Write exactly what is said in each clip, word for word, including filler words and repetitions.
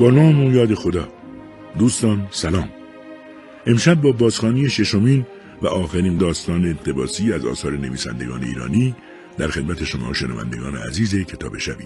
با نام و یاد خدا. دوستان سلام. امشب با بازخوانی ششمین و آخرین داستان اقتباسی از آثار نویسندگان ایرانی در خدمت شما شنوندگان عزیز کتاب شبیم.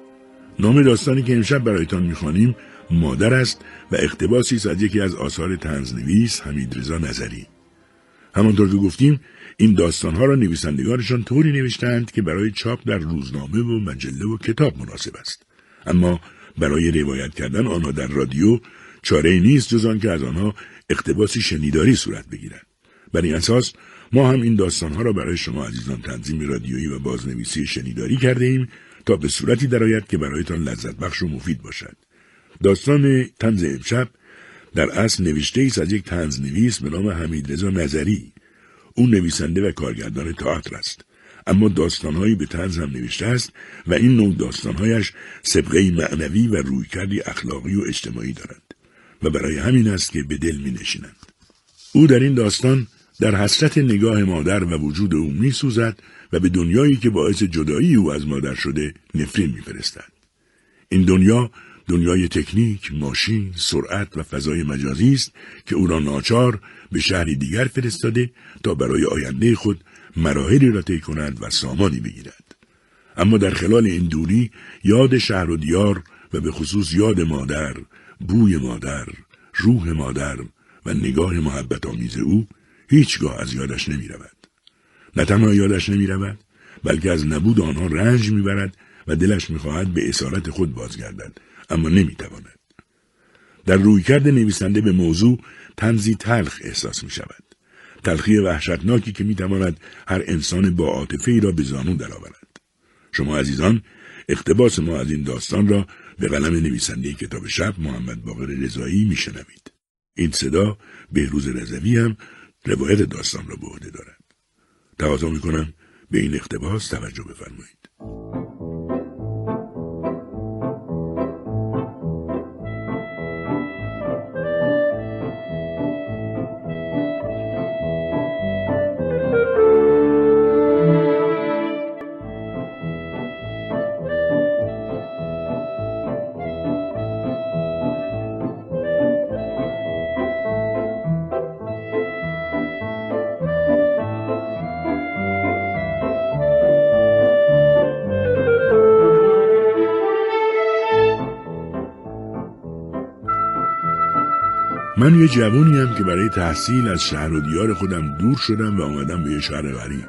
نام داستانی که امشب برایتان میخوانیم مادر است و اقتباسی است از یکی از آثار طنزنویس حمیدرضا نظری. همانطور که گفتیم این داستانها را نویسندگانشان طوری نوشتند که برای چاپ در روزنامه و مجله و کتاب مناسب است، اما برای روایت کردن آنها در رادیو چاره‌ای نیست جز آن که از آنها اقتباسی شنیداری صورت بگیرد. بر این اساس ما هم این داستانها را برای شما عزیزان تنظیم رادیویی و بازنویسی شنیداری کرده ایم تا به صورتی درآید که برایتان لذت بخش و مفید باشد. داستان طنز امشب در اصل نوشته ایست از یک طنزنویس به نام حمیدرضا نظری. او نویسنده و کارگردان تئاتر است، اما داستانهایی به طنز هم نوشته است و این نوع داستانهایش سابقه معنوی و رویکردی اخلاقی و اجتماعی دارند و برای همین است که به دل می نشینند. او در این داستان در حسرت نگاه مادر و وجود او می سوزد و به دنیایی که باعث جدایی او از مادر شده نفرین می فرستد. این دنیا دنیای تکنیک، ماشین، سرعت و فضای مجازی است که او را ناچار به شهری دیگر فرستاده تا برای آینده خود مراحلی را طی کند و سامانی بگیرد. اما در خلال این دوری یاد شهر و دیار و به خصوص یاد مادر، بوی مادر، روح مادر و نگاه محبت آمیز او هیچگاه از یادش نمی رود. نه تنها یادش نمی رود، بلکه از نبود آنها رنج می برد و دلش می خواهد به اسارت خود بازگردد، اما نمی تواند. در رویکرد نویسنده به موضوع طنزی تلخ احساس می شود. تلخی وحشتناکی که می تواند هر انسان با عاطفه ای را به زانو درآورد. شما عزیزان اقتباس ما از این داستان را به قلم نویسنده کتاب شب محمد باقر رضایی می شنوید. این صدا بهروز رضوی هم روایت داستان را به عهده دارد. تقاضا می کنم به این اقتباس توجه بفرمایید. من یه جوونیم که برای تحصیل از شهر و دیار خودم دور شدم و آمدم به یه شهر غریب.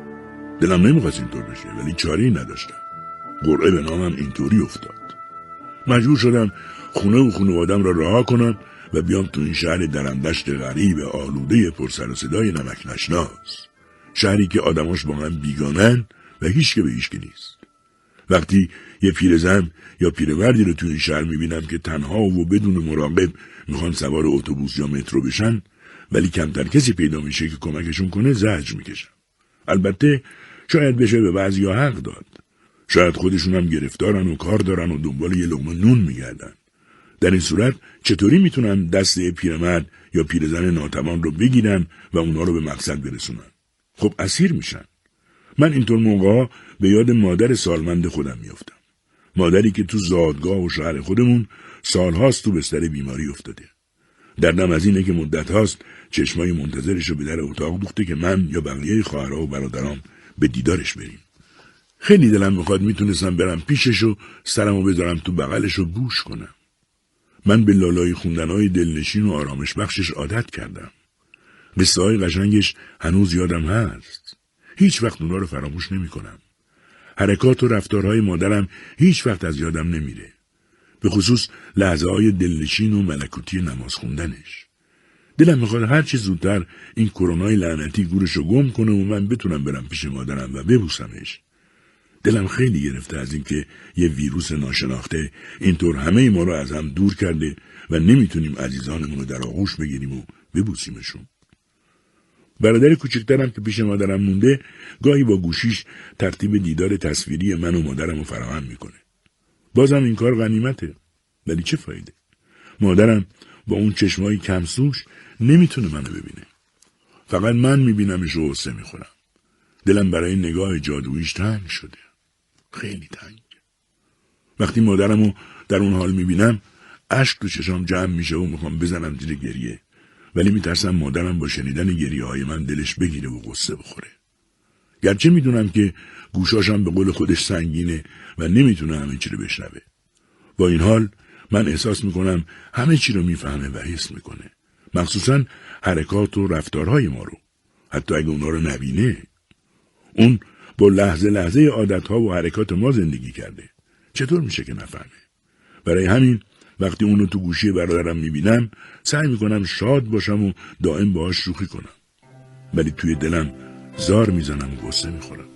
دلم نمیخواست اینطور بشه ولی چاره‌ای نداشتم. قرعه به نامم اینطوری افتاد. مجبور شدم خونه و خانواده‌ام را رها کنم و بیام تو این شهر درندشت غریب آلوده پر سر و صدای نمک نشناس. شهری که آدماش با هم بیگانن و هیچ که به هیچ که نیست. وقتی یه پیرزن یا پیرمردی رو تو این شهر میبینم که تنها و بدون مراقب میخوان سوار اتوبوس یا مترو بشن ولی کمتر کسی پیدا میشه که کمکشون کنه زجر میکشم. البته شاید بشه به بعضیا حق داد. شاید خودشون هم گرفتارن و کار دارن و دنبال یه لقمه نون میگردن. در این صورت چطوری میتونن دست پیرمرد یا پیرزن ناتوان رو بگیرن و اونا رو به مقصد برسونن؟ خب اسیر میشن. من اینطور موقعا به یاد مادر سالمند خودم میافتم. مادری که تو زادگاه و شهر خودمون سالهاست تو بستر بیماری افتاده. دردم از اینه که مدت هاست چشمای منتظرش رو به در اتاق دوخته که من یا بقیه خواهرها و برادرام به دیدارش بریم. خیلی دلم میخواد میتونستم برم پیشش و سرمو بذارم تو بغلش و گوش کنم. من به لالای خوندنهای دلنشین و آرامش بخشش عادت کردم. قصه های قشنگش هنوز یادم هست. هیچ وقت اونا رو فراموش نمی کنم. حرکات و رفتارهای مادرم هیچ وقت از یادم نمیره. به خصوص لحظه های دلنشین و ملکوتی نماز خوندنش. دلم میخواد هر چه زودتر این کرونای لعنتی گورشو گم کنه و من بتونم برم پیش مادرم و ببوسمش. دلم خیلی گرفته از اینکه یه ویروس ناشناخته اینطور همه ما رو از هم دور کرده و نمیتونیم عزیزانمون رو در آغوش بگیریم و ببوسیمشون. برادر کوچکترم که پیش مادرم مونده گاهی با گوشیش ترتیب دیدار تصویری من و مادرم رو فراهم میکنه. بازم این کار غنیمته. ولی چه فایده؟ مادرم با اون چشمای کمسوش نمیتونه منو ببینه. فقط من میبینمش و غصه میخورم. دلم برای نگاه جادوییش تنگ شده. خیلی تنگ. وقتی مادرمو در اون حال میبینم اشک تو چشام جمع میشه و میخوام بزنم زیر گریه، ولی میترسم مادرم با شنیدن گریه های من دلش بگیره و غصه بخوره. گرچه میدونم که گوشاشم به قول خودش سنگینه و نمیتونه همه چی رو بشنوه. با این حال من احساس میکنم همه چی رو میفهمه و حس میکنه. مخصوصاً حرکات و رفتارهای ما رو. حتی اگه اونا رو نبینه. اون با لحظه لحظه عادتها و حرکات ما زندگی کرده. چطور میشه که نفهمه؟ برای همین وقتی اونو تو گوشی برادرم میبینم سعی میکنم شاد باشم و دائم باهاش شوخی کنم. ولی توی دلم زار میزنم و غصه میخورم.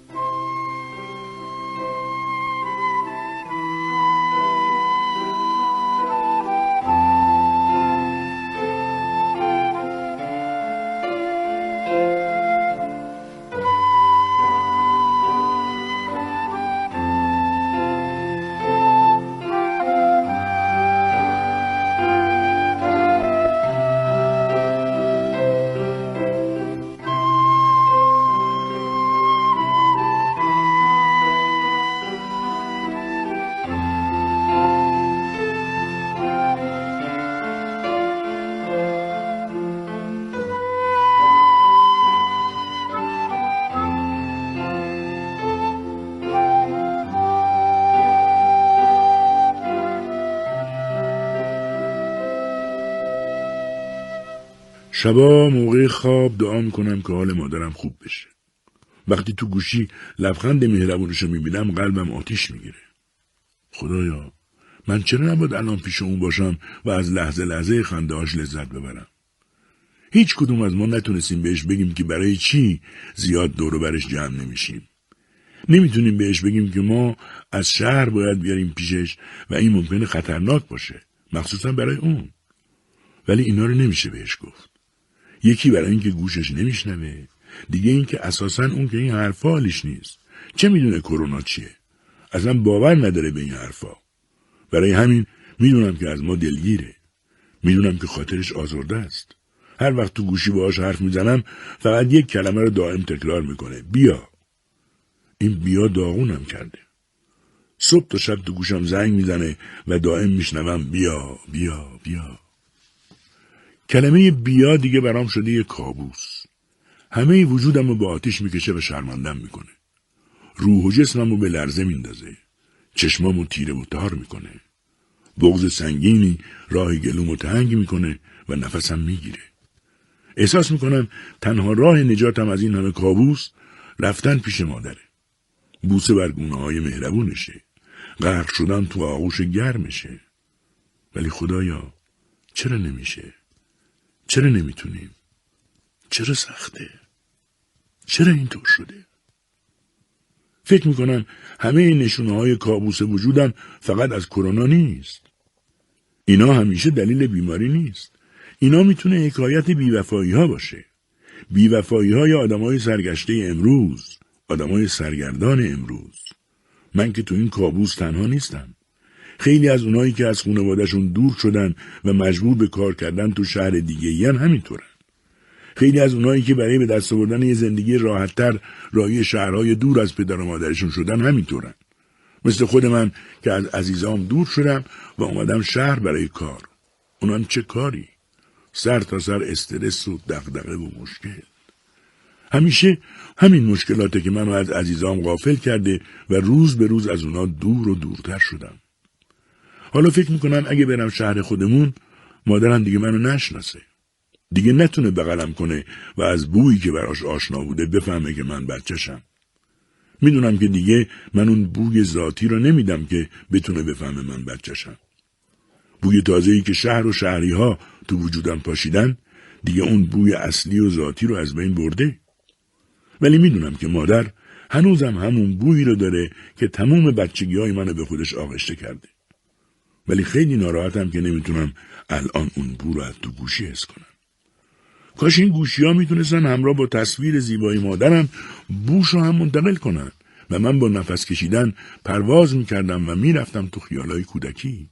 شبا موقع خواب دعا میکنم که حال مادرم خوب بشه. وقتی تو گوشی لبخند مهربونشو میبینم قلبم آتیش میگیره. خدایا من چرا نباید الان پیش اون باشم و از لحظه لحظه خنده‌هاش لذت ببرم؟ هیچ کدوم از ما نتونستیم بهش بگیم که برای چی زیاد دور و برش جمع نمیشیم. نمیتونیم بهش بگیم که ما از شهر باید بیاریم پیشش و این ممکنه خطرناک باشه، مخصوصا برای اون. ولی اینا رو نمیشه بهش گفت. یکی برای اینکه گوشش نمیشنوه، دیگه اینکه اساساً اون که این حرفا حالیش نیست. چه میدونه کرونا چیه؟ اصلا باور نداره به این حرفا. برای همین میدونم که از ما دلگیره. میدونم که خاطرش آزرده است. هر وقت تو گوشی باهاش حرف میزنم فقط یک کلمه رو دائم تکرار میکنه: بیا. این بیا داغونم کرده. صبح تا شب تو گوشم زنگ میزنه و دائم میشنوم بیا بیا بیا. کلمه بیا دیگه برام شده یه کابوس. همه وجودم رو به آتیش میکشه و شرمندم میکنه. روح و جسمم رو به لرزه میندازه. چشمامو تیره و تار میکنه. بغض سنگینی راه گلومو تنگ میکنه و نفسم میگیره. احساس میکنم تنها راه نجاتم از این همه کابوس رفتن پیش مادره. بوسه بر گونه‌های مهربونشه. غرق شدن تو آغوش گرمشه. ولی خدایا چرا نمیشه؟ چرا نمیتونیم؟ چرا سخته؟ چرا اینطور شده؟ فکر میکنم همه نشونه های کابوس وجودم فقط از کرونا نیست. اینا همیشه دلیل بیماری نیست. اینا میتونه حکایت بیوفایی ها باشه. بیوفایی های آدم های سرگشته امروز. آدم های سرگردان امروز. من که تو این کابوس تنها نیستم. خیلی از اونایی که از خانواده‌شون دور شدن و مجبور به کار کردن تو شهر دیگه این همینطورن. خیلی از اونایی که برای به دست آوردن یه زندگی راحت‌تر راهی شهرهای دور از پدر و مادرشون شدن همینطورن. مثل خود من که از عزیزام دور شدم و اومدم شهر برای کار. اونان چه کاری؟ سر تا سر استرس و دغدغه و مشکل. همیشه همین مشکلاته که منو از عزیزام غافل کرده و روز به روز از اونا دور و دورتر شدم. حالا فکر میکنم اگه برم شهر خودمون مادرم دیگه منو نشناسه. دیگه نتونه بغلم کنه و از بویی که براش آشنا بوده بفهمه که من بچه‌شم. میدونم که دیگه من اون بوی ذاتی رو نمیدم که بتونه بفهمه من بچه‌شم. بوی تازه‌ای که شهر و شهری‌ها تو وجودم پاشیدن دیگه اون بوی اصلی و ذاتی رو از بین برده. ولی میدونم که مادر هنوزم همون بویی رو داره که تمام بچگی‌های منو به خودش آغشته کرده. ولی خیلی ناراحتم که نمیتونم الان اون بو رو از تو گوشی حس کنم. کاش این گوشی ها میتونستن همراه با تصویر زیبای مادرم بوش رو هم منتقل کنن و من با نفس کشیدن پرواز میکردم و میرفتم تو خیالای کودکی.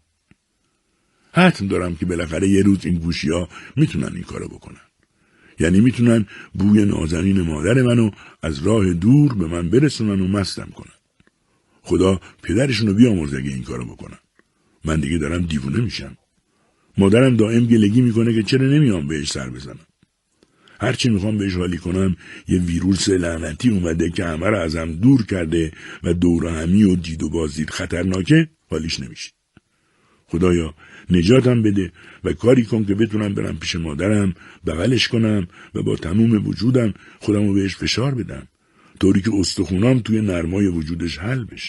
حتم دارم که بالاخره یه روز این گوشی ها میتونن این کارو بکنن. یعنی میتونن بوی نازنین مادر منو از راه دور به من برسونن و مستم کنن. خدا پدرشونو بیامرزه اگه این کارو بکنن. من دیگه دارم دیوونه میشم. مادرم دائم گلگی میکنه که چرا نمیام بهش سر بزنم. هرچی میخوام بهش حالی کنم یه ویروس لعنتی اومده که همه رو ازم دور کرده و دور همی و دید و بازدید خطرناکه، حالیش نمیشه. خدایا نجاتم بده و کاری کن که بتونم برم پیش مادرم، بغلش کنم و با تموم وجودم خودمو بهش فشار بدم، طوری که استخونام توی نرمای وجودش حل بشه.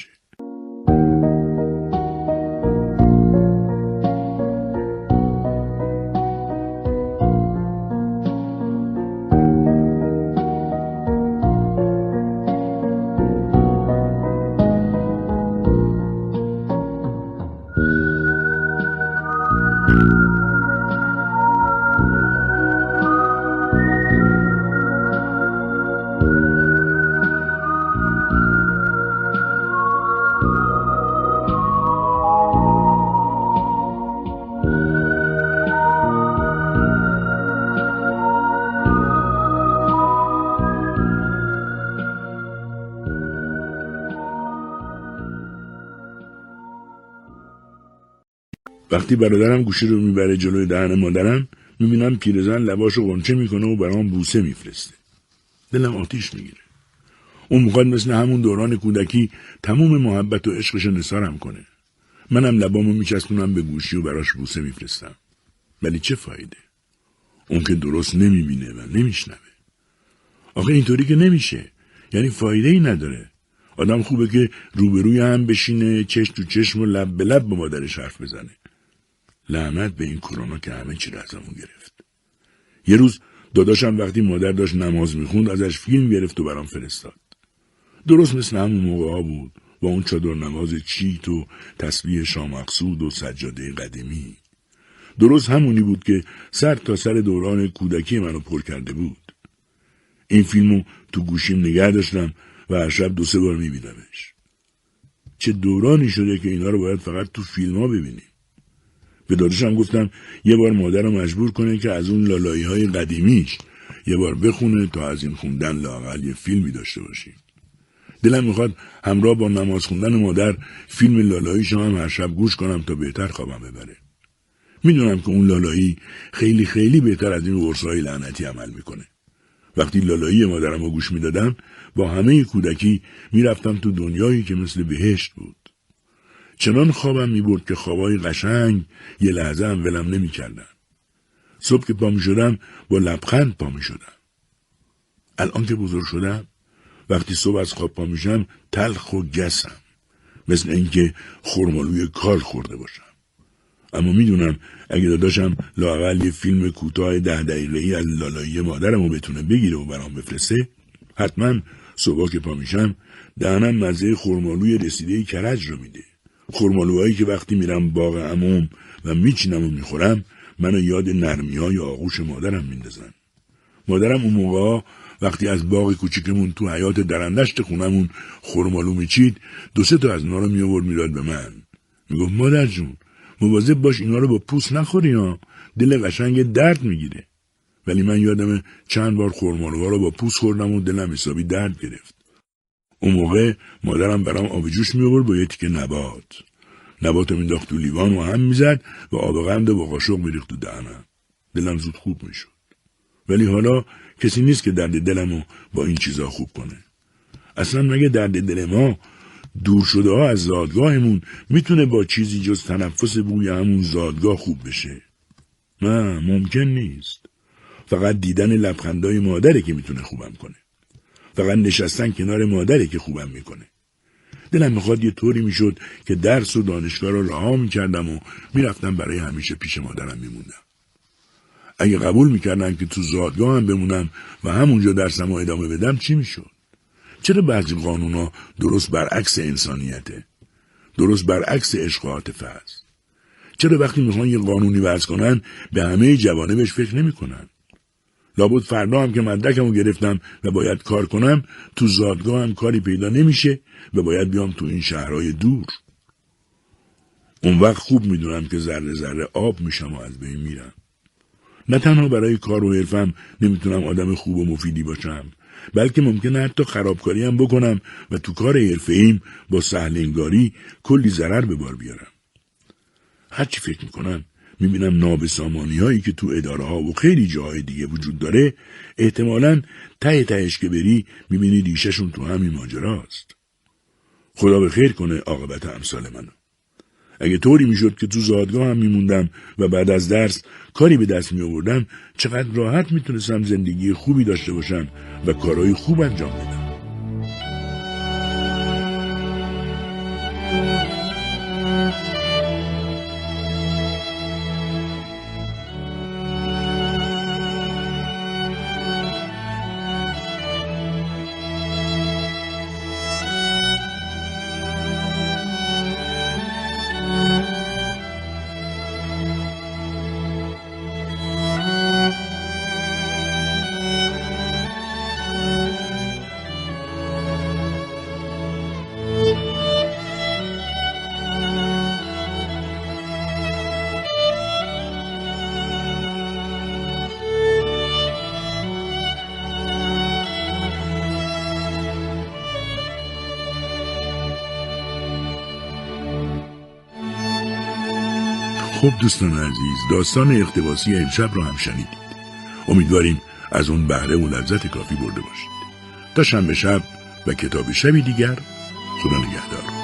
وقتی برادرم گوشی رو میبره جلوی دهن مادرم، میبینم پیرزن لباشو قنچه میکنه و برام بوسه میفرسته. دلم آتیش میگیره. اون میخواد مثل همون دوران کودکی تموم محبت و عشقش نثارم کنه. منم لبامو میچسبونم به گوشی و براش بوسه میفرستم. ولی چه فایده؟ اون که درست نمیبینه و نمیشنوه. آخه اینطوری که نمیشه. یعنی فایده ای نداره. آدم خوبه که روبروی هم بشینه، چشم تو چشم و لب به لب با مادرش حرف بزنه. لعنت به این کرونا که همه چی رو ازمون گرفت. یه روز داداشم وقتی مادر داشت نماز میخوند ازش فیلم گرفت و برام فرستاد. درست مثل همون موقع ها بود، با اون چادر نماز چیت و تسبیح شامقصود و سجاده قدیمی. درست همونی بود که سر تا سر دوران کودکی منو پر کرده بود. این فیلمو تو گوشیم نگه داشتم و هر شب دو سه بار میبینمش. چه دورانی شده که اینا رو باید فقط تو فیلم ها ببینیم. به داداشم گفتم یه بار مادر رو مجبور کنه که از اون لالایی های قدیمیش یه بار بخونه تا از این خوندن لااقل یه فیلمی داشته باشیم. دلم میخواد همراه با نماز خوندن مادر فیلم لالاییشو هم هر شب گوش کنم تا بهتر خوابم ببره. میدونم که اون لالایی خیلی خیلی بهتر از این قرصای لعنتی عمل میکنه. وقتی لالایی مادرم رو گوش میدادم با همه کودکی میرفتم تو دنیایی که مثل بهشت بود. چنان خوابم میبرد که خوابای قشنگ یه لحظه هم ولم نمیکردن. صبح که پا میشدم با لبخند پا میشدم. الان که بزرگ شدم وقتی صبح از خواب پا میشم تلخ و گسم، مثل اینکه خرمالوی کال خورده باشم. اما میدونم اگه داداشم لااقل یه فیلم کوتاه ده دقیقه‌ای از لالایی مادرمو بتونه بگیره و برام بفرسته، حتما صبح که پا میشم دهنم مزه خرمالوی رسیده کرج رو میده. خرمالوهایی که وقتی میرم باغ عموم و میچینم و میخورم منو یاد نرمی‌های آغوش مادرم میندازن. مادرم اون موقع وقتی از باغ کوچیکمون تو حیاط درندشت خونمون خرمالو میچید، دو سه تا از اونا رو میآورد میداد به من. میگفت مادر جون مواظب باش اینا رو با پوست نخوری ها، دل قشنگ درد میگیره. ولی من یادمه چند بار خرمالوها رو با پوست خوردم و دلم حسابی درد گرفت. اون موقع مادرم برام آب جوش میآورد با یه تیکه نبات. نباتو مینداخت تو لیوان و هم میزد و آب قند با قاشق میریخت تو دهنم. دلم زود خوب میشد. ولی حالا کسی نیست که درد دلمو با این چیزا خوب کنه. اصلا مگه درد دل ما دور شده ها از زادگاهمون میتونه با چیزی جز تنفس بوی همون زادگاه خوب بشه؟ نه، ممکن نیست. فقط دیدن لبخندای مادره که میتونه خوبم کنه. فقط نشستن کنار مادره که خوبم میکنه. دلم میخواد یه طوری میشد که درس و دانشگاه رو رها میکردم و میرفتم برای همیشه پیش مادرم میموندم. اگه قبول میکردن که تو زادگاه هم بمونم و همونجا درسم رو ادامه بدم چی میشد؟ چرا بعضی قانونا درست برعکس انسانیته؟ درست برعکس عشق و عاطفه است؟ چرا وقتی میخوان یه قانونی وضع کنن به همه جوانبش فکر نمیکنن؟ لابد فردا هم که مدرکمو گرفتم و باید کار کنم تو زادگاه هم کاری پیدا نمیشه و باید بیام تو این شهرهای دور. اون وقت خوب میدونم که ذره ذره آب میشم و از بین میرم. نه تنها برای کار و حرفم نمیتونم آدم خوب و مفیدی باشم، بلکه ممکنه حتی خرابکاری هم بکنم و تو کار حرفه‌ایم با سهلنگاری کلی ضرر به بار بیارم. هرچی فکر میکنم میبینم نابسامانی هایی که تو اداره ها و خیلی جاهای دیگه وجود داره احتمالاً ته تهش که بری میبینی ریشهشون تو همین ماجراست. خدا به خیر کنه عاقبت امثال منو. اگه طوری میشد که تو زادگاه هم میموندم و بعد از درس کاری به دست می آوردم، چقدر راحت میتونستم زندگی خوبی داشته باشم و کارهای خوب انجام بدم. خب دوستان عزیز، داستان اقتباسی امشب رو هم شنیدید. امیدواریم از اون بهره و لذت کافی برده باشید. تا شنبه شب و کتاب شبی دیگر، خدا نگهدار.